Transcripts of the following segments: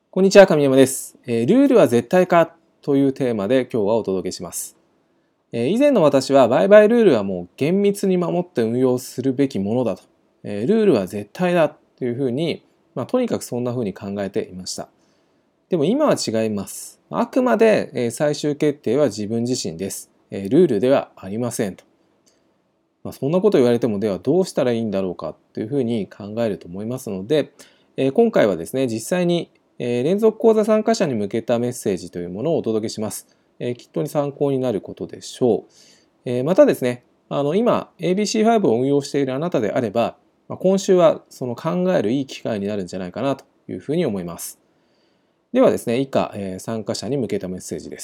こんにちは、神山です。ルールは絶対かというテーマで今日はお届けします。以前の私は売買ルールはもう厳密に守って運用するべきものだと。ルールは絶対だというふうに、とにかくそんなふうに考えていました。でも今は違います。あくまで最終決定は自分自身です。ルールではありませんと。そんなこと言われてもではどうしたらいいんだろうかというふうに考えると思いますので、今回はですね、実際に連続講座参加者に向けたメッセージというものをお届けします。きっとに参考になることでしょう。またですね、今 ABC5 を運用しているあなたであれば、今週はその考えるいい機会になるんじゃないかなというふうに思います。ではですね、以下、参加者に向けたメッセージです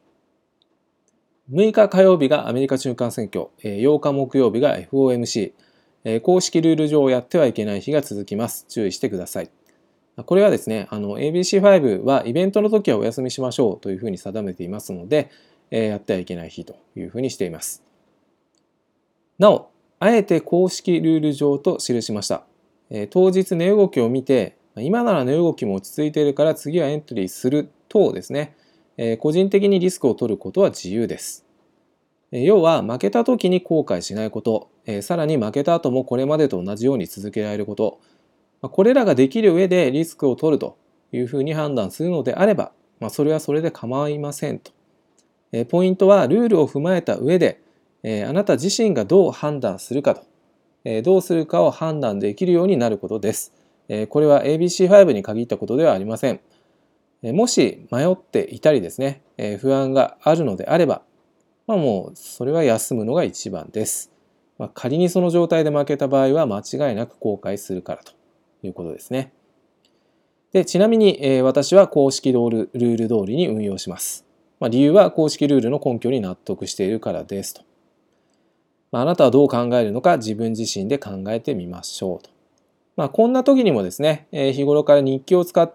。6日火曜日がアメリカ中間選挙、8日木曜日が FOMC、公式ルール上やってはいけない日が続きます。注意してください。これはですね、ABC5 はイベントの時はお休みしましょうというふうに定めていますので、やってはいけない日というふうにしています。なお、あえて公式ルール上と記しました。当日値動きを見て、今なら値動きも落ち着いているから次はエントリーする等ですね、個人的にリスクを取ることは自由です。要は負けた時に後悔しないこと、さらに負けた後もこれまでと同じように続けられること、これらができる上でリスクを取るというふうに判断するのであれば、それはそれで構いませんと。ポイントはルールを踏まえた上で、あなた自身がどう判断するかと、どうするかを判断できるようになることです。これは ABC5 に限ったことではありません。もし迷っていたりですね、不安があるのであれば、もうそれは休むのが一番です。仮にその状態で負けた場合は間違いなく後悔するからということですね。で、ちなみに、私は公式ルール通りに運用します。理由は公式ルールの根拠に納得しているからですと。あなたはどう考えるのか自分自身で考えてみましょうと。こんな時にもですね、日頃から日記を使って、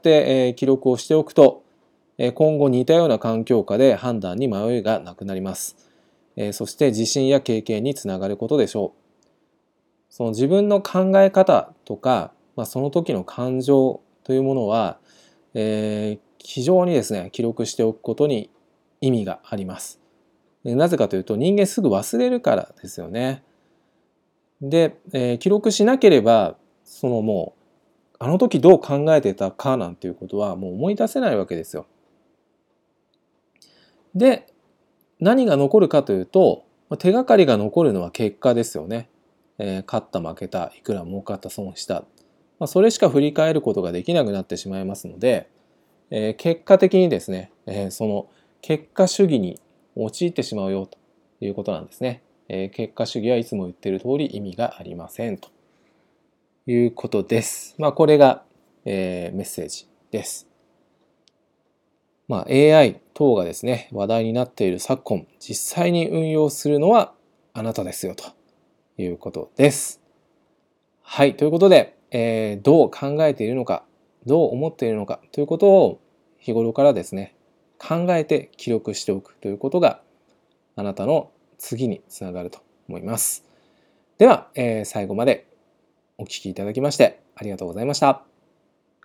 記録をしておくと、今後似たような環境下で判断に迷いがなくなります。そして自信や経験につながることでしょう。その自分の考え方とか、その時の感情というものは、非常にですね、記録しておくことに意味があります。なぜかというと人間すぐ忘れるからですよね。で、記録しなければそのもうあの時どう考えてたかなんていうことはもう思い出せないわけですよ。で、何が残るかというと、手がかりが残るのは結果ですよね。勝った負けた、いくら儲かった損した、それしか振り返ることができなくなってしまいますので、結果的にですね、その結果主義に陥ってしまうよということなんですね。結果主義はいつも言っている通り意味がありませんということです。これが、メッセージです。AI 等がですね、話題になっている昨今、実際に運用するのはあなたですよということです。はい、ということで、どう考えているのか、どう思っているのかということを日頃からですね、考えて記録しておくということがあなたの次につながると思います。では、最後までお聞きいただきましてありがとうございました。